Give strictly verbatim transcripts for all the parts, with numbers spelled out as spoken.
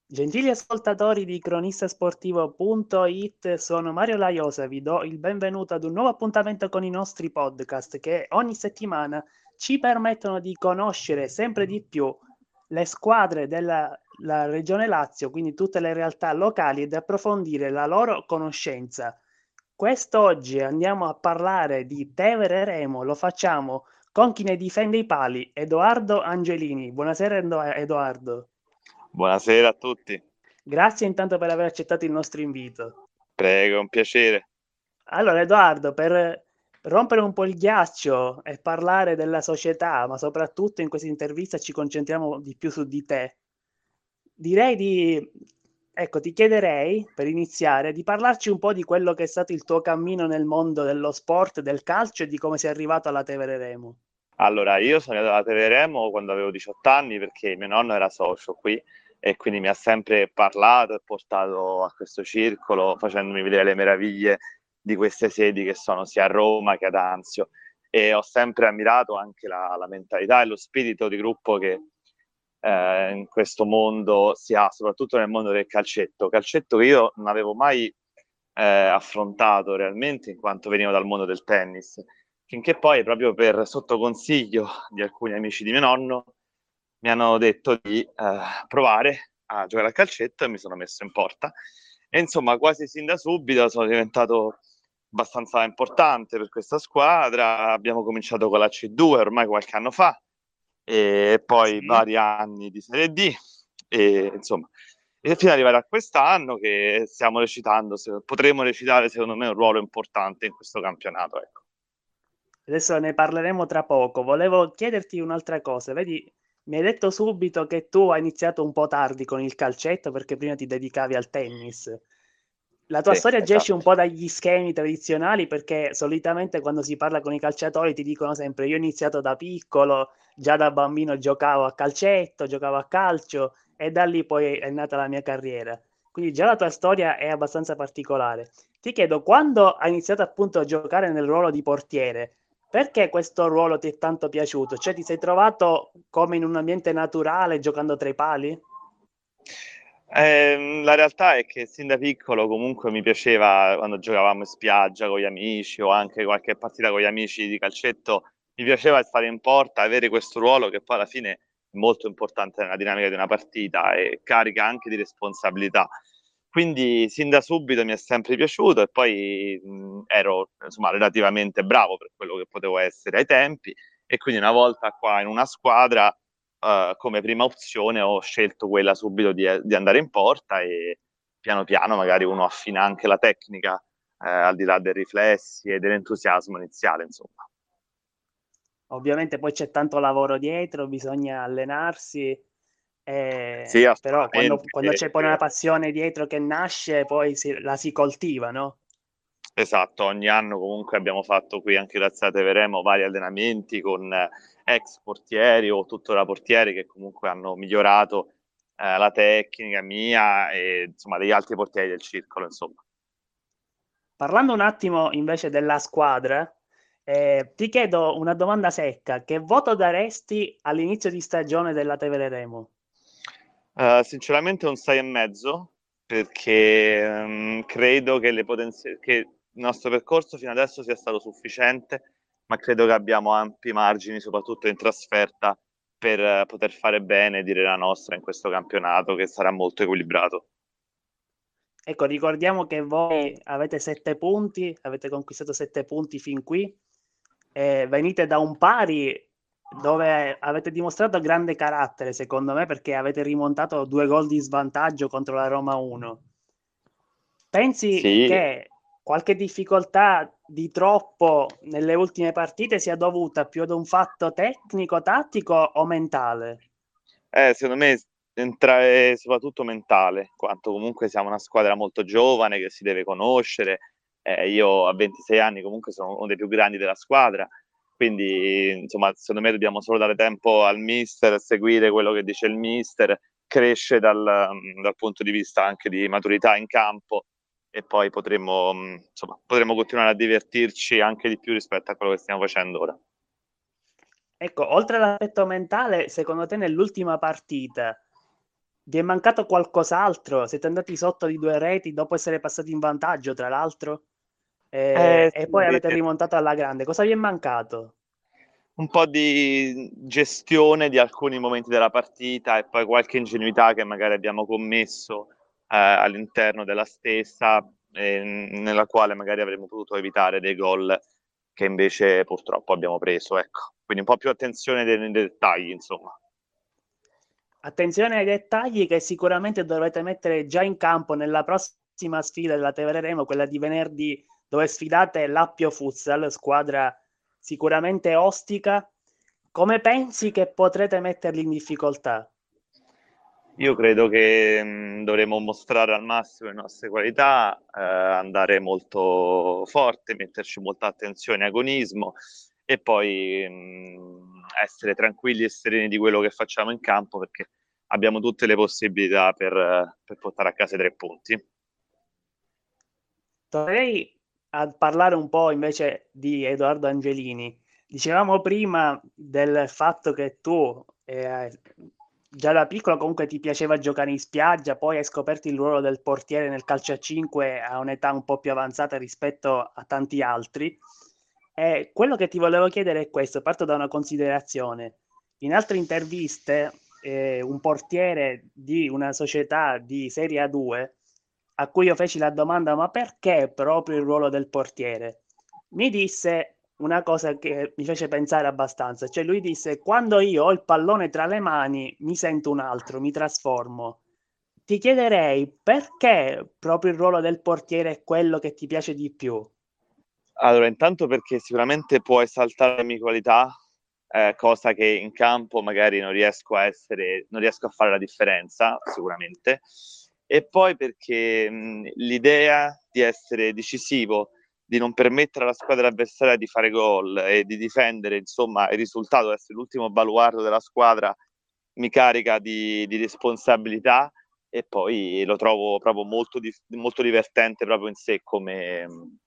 Gentili ascoltatori di cronistasportivo punto it, sono Mario Laiosa, vi do il benvenuto ad un nuovo appuntamento con i nostri podcast che ogni settimana ci permettono di conoscere sempre di più le squadre della la regione Lazio, quindi tutte le realtà locali, ed approfondire la loro conoscenza. Quest'oggi andiamo a parlare di Tevere Remo, lo facciamo con chi ne difende i pali, Edoardo Angelini. Buonasera Edoardo. Buonasera a tutti. Grazie intanto per aver accettato il nostro invito. Prego, è un piacere. Allora, Edoardo, per rompere un po' il ghiaccio e parlare della società, ma soprattutto in questa intervista ci concentriamo di più su di te, direi di, ecco, ti chiederei per iniziare di parlarci un po' di quello che è stato il tuo cammino nel mondo dello sport, del calcio e di come sei arrivato alla Tevere Remo. Allora, io sono andato alla Tevere Remo quando avevo diciotto anni perché mio nonno era socio qui e quindi mi ha sempre parlato e portato a questo circolo facendomi vedere le meraviglie di queste sedi che sono sia a Roma che ad Anzio, e ho sempre ammirato anche la, la mentalità e lo spirito di gruppo che eh, in questo mondo si ha, soprattutto nel mondo del calcetto, calcetto che io non avevo mai eh, affrontato realmente in quanto venivo dal mondo del tennis, finché poi proprio per sotto consiglio di alcuni amici di mio nonno mi hanno detto di eh, provare a giocare a calcetto e mi sono messo in porta e insomma quasi sin da subito sono diventato abbastanza importante per questa squadra. Abbiamo cominciato con la C due ormai qualche anno fa e poi Sì. vari anni di Serie D e insomma e fino ad arrivare a quest'anno che stiamo recitando, se, potremo recitare secondo me un ruolo importante in questo campionato, ecco. Adesso ne parleremo tra poco. Volevo chiederti un'altra cosa. Vedi, mi hai detto subito che tu hai iniziato un po' tardi con il calcetto perché prima ti dedicavi al tennis. La tua Sì, storia già esce un esatto. po' dagli schemi tradizionali perché solitamente quando si parla con i calciatori ti dicono sempre io ho iniziato da piccolo, già da bambino giocavo a calcetto, giocavo a calcio e da lì poi è nata la mia carriera. Quindi già la tua storia è abbastanza particolare. Ti chiedo, quando hai iniziato appunto a giocare nel ruolo di portiere, perché questo ruolo ti è tanto piaciuto? Cioè ti sei trovato come in un ambiente naturale giocando tra i pali? Eh, la realtà è che sin da piccolo comunque mi piaceva quando giocavamo in spiaggia con gli amici o anche qualche partita con gli amici di calcetto, mi piaceva stare in porta, avere questo ruolo che poi alla fine è molto importante nella dinamica di una partita e carica anche di responsabilità. Quindi sin da subito mi è sempre piaciuto e poi mh, ero insomma relativamente bravo per quello che potevo essere ai tempi, e quindi una volta qua in una squadra uh, come prima opzione ho scelto quella subito di, di, andare in porta, e piano piano magari uno affina anche la tecnica eh, al di là dei riflessi e dell'entusiasmo iniziale, insomma. Ovviamente poi c'è tanto lavoro dietro, bisogna allenarsi, Sì, eh, però quando, assolutamente. quando c'è poi una passione dietro che nasce, poi si, la si coltiva, no? Esatto, ogni anno comunque abbiamo fatto qui anche grazie a Teveremo vari allenamenti con eh, ex portieri o tuttora portieri che comunque hanno migliorato eh, la tecnica mia e insomma degli altri portieri del circolo, insomma. Parlando un attimo invece della squadra, eh, ti chiedo una domanda secca: che voto daresti all'inizio di stagione della Tevere Remo? Uh, sinceramente un sei e mezzo, perché um, credo che, le potenzi- che il nostro percorso fino adesso sia stato sufficiente, ma credo che abbiamo ampi margini, soprattutto in trasferta, per uh, poter fare bene e dire la nostra in questo campionato che sarà molto equilibrato. Ecco, ricordiamo che voi avete sette punti, avete conquistato sette punti fin qui, e venite da un pari dove avete dimostrato grande carattere, secondo me, perché avete rimontato due gol di svantaggio contro la Roma uno. Pensi Sì, che qualche difficoltà di troppo nelle ultime partite sia dovuta più ad un fatto tecnico, tattico o mentale? eh, secondo me entra- è soprattutto mentale, quanto comunque siamo una squadra molto giovane che si deve conoscere. Eh, io a ventisei anni comunque sono uno dei più grandi della squadra, quindi insomma secondo me dobbiamo solo dare tempo al mister, seguire quello che dice il mister, cresce dal, dal punto di vista anche di maturità in campo, e poi potremo, insomma, potremo continuare a divertirci anche di più rispetto a quello che stiamo facendo ora. Ecco, oltre all'aspetto mentale, secondo te nell'ultima partita Vi è mancato qualcos'altro? Siete andati sotto di due reti dopo essere passati in vantaggio, tra l'altro, e, Eh, e sì, poi avete rimontato alla grande. Cosa vi è mancato? un po' di gestione di alcuni momenti della partita e poi qualche ingenuità che magari abbiamo commesso eh, all'interno della stessa, eh, nella quale magari avremmo potuto evitare dei gol che invece purtroppo abbiamo preso. Ecco. Quindi un po' più attenzione dei, nei dettagli, insomma. Attenzione ai dettagli che sicuramente dovrete mettere già in campo nella prossima sfida della Tevere Remo, quella di venerdì, dove sfidate l'Appio Futsal, squadra sicuramente ostica. Come pensi che potrete metterli in difficoltà? Io credo che mh, dovremo mostrare al massimo le nostre qualità, eh, andare molto forte, metterci molta attenzione e agonismo e poi mh, essere tranquilli e sereni di quello che facciamo in campo perché abbiamo tutte le possibilità per, per portare a casa i tre punti. Tornerei a parlare un po' invece di Edoardo Angelini. Dicevamo prima del fatto che tu eh, già da piccolo comunque ti piaceva giocare in spiaggia, poi hai scoperto il ruolo del portiere nel calcio a cinque a un'età un po' più avanzata rispetto a tanti altri. E quello che ti volevo chiedere è questo, parto da una considerazione. In altre interviste, eh, un portiere di una società di Serie A due, a cui io feci la domanda, ma perché proprio il ruolo del portiere? Mi disse una cosa che mi fece pensare abbastanza, cioè lui disse, quando io ho il pallone tra le mani, mi sento un altro, mi trasformo. Ti chiederei perché proprio il ruolo del portiere è quello che ti piace di più? Allora, intanto perché sicuramente può esaltare le mie qualità, eh, cosa che in campo magari non riesco a essere, non riesco a fare la differenza, sicuramente. E poi perché mh, l'idea di essere decisivo, di non permettere alla squadra avversaria di fare gol e di difendere, insomma, il risultato, essere l'ultimo baluardo della squadra, mi carica di, di responsabilità e poi lo trovo proprio molto, di, molto divertente proprio in sé come,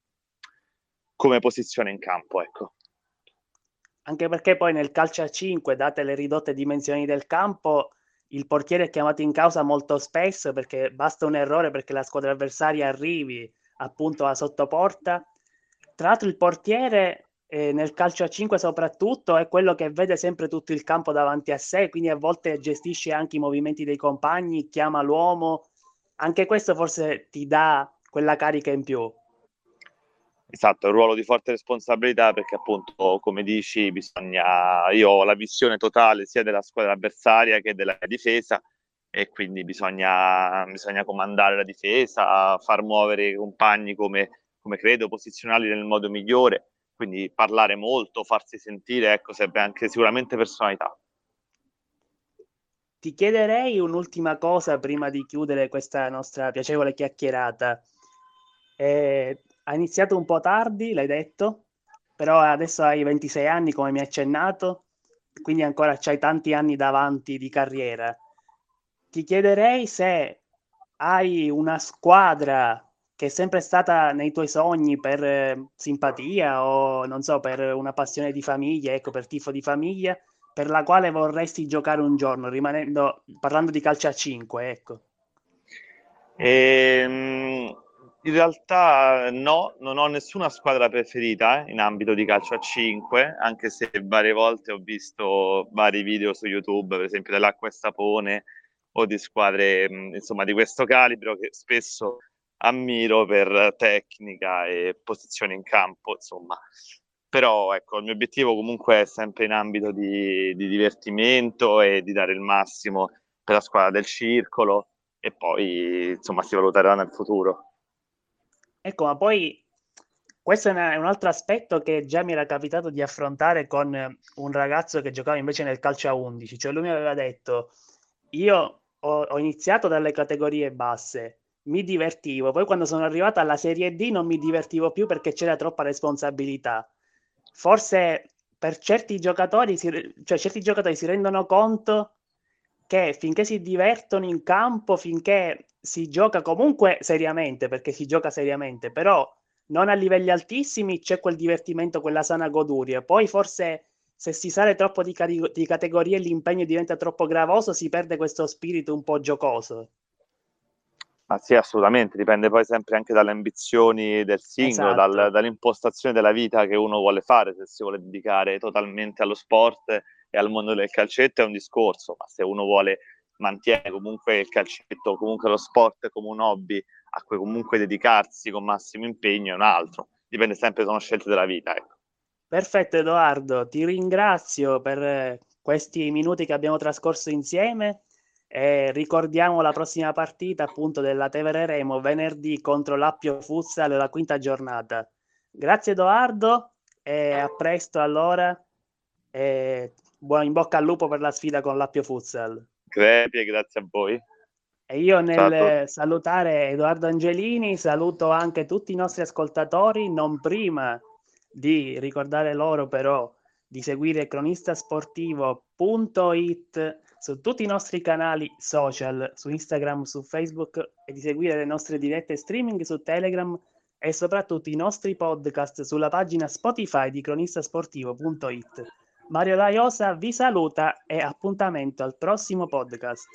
come posizione in campo, ecco. Anche perché poi nel calcio a cinque, date le ridotte dimensioni del campo, il portiere è chiamato in causa molto spesso perché basta un errore perché la squadra avversaria arrivi appunto a sottoporta. Tra l'altro il portiere eh, nel calcio a cinque soprattutto è quello che vede sempre tutto il campo davanti a sé, quindi a volte gestisce anche i movimenti dei compagni, chiama l'uomo. Anche questo forse ti dà quella carica in più. Esatto, è un ruolo di forte responsabilità perché appunto, come dici, bisogna, io ho la visione totale sia della squadra avversaria che della difesa e quindi bisogna, bisogna comandare la difesa, far muovere i compagni come, come credo, posizionarli nel modo migliore, quindi parlare molto, farsi sentire, ecco, serve anche sicuramente personalità. Ti chiederei un'ultima cosa prima di chiudere questa nostra piacevole chiacchierata. Eh, ha iniziato un po' tardi, l'hai detto, però adesso hai ventisei anni, come mi hai accennato, quindi ancora c'hai tanti anni davanti di carriera. Ti chiederei se hai una squadra che è sempre stata nei tuoi sogni per eh, simpatia o non so, per una passione di famiglia, ecco, per tifo di famiglia, per la quale vorresti giocare un giorno, rimanendo, parlando di calcio a cinque, ecco. E, in realtà no, non ho nessuna squadra preferita eh, in ambito di calcio a cinque, anche se varie volte ho visto vari video su YouTube, per esempio dell'Acqua e Sapone o di squadre mh, insomma di questo calibro che spesso ammiro per tecnica e posizione in campo, insomma. Però ecco, il mio obiettivo comunque è sempre in ambito di, di divertimento e di dare il massimo per la squadra del circolo e poi insomma si valuterà nel futuro. Ecco, ma poi questo è, una- è un altro aspetto che già mi era capitato di affrontare con eh, un ragazzo che giocava invece nel calcio a undici, cioè lui mi aveva detto, io ho, ho iniziato dalle categorie basse, mi divertivo, poi quando sono arrivato alla Serie D non mi divertivo più perché c'era troppa responsabilità. Forse per certi giocatori, si, cioè certi giocatori si rendono conto che finché si divertono in campo, finché si gioca comunque seriamente, perché si gioca seriamente, però non a livelli altissimi c'è quel divertimento, quella sana goduria. Poi forse se si sale troppo di, cari- di categoria e l'impegno diventa troppo gravoso, si perde questo spirito un po' giocoso. Ma sì, assolutamente, dipende poi sempre anche dalle ambizioni del singolo, dal- Esatto. dall'impostazione della vita che uno vuole fare, se si vuole dedicare totalmente allo sport e al mondo del calcetto è un discorso, ma se uno vuole mantiene comunque il calcetto, comunque lo sport come un hobby a cui comunque dedicarsi con massimo impegno è un altro, dipende sempre, sono scelte della vita, ecco. Perfetto Edoardo, ti ringrazio per eh, questi minuti che abbiamo trascorso insieme e ricordiamo la prossima partita appunto della Tevere Remo venerdì contro l'Appio Futsal, la quinta giornata. Grazie Edoardo e a presto allora e buon in bocca al lupo per la sfida con l'Appio Futsal. Crepi, grazie a voi. E io Ciao a tutti. nel salutare Edoardo Angelini saluto anche tutti i nostri ascoltatori, non prima di ricordare loro però di seguire cronistasportivo punto it su tutti i nostri canali social, su Instagram, su Facebook e di seguire le nostre dirette streaming su Telegram e soprattutto i nostri podcast sulla pagina Spotify di cronistasportivo punto it. Mario Laiosa vi saluta e appuntamento al prossimo podcast.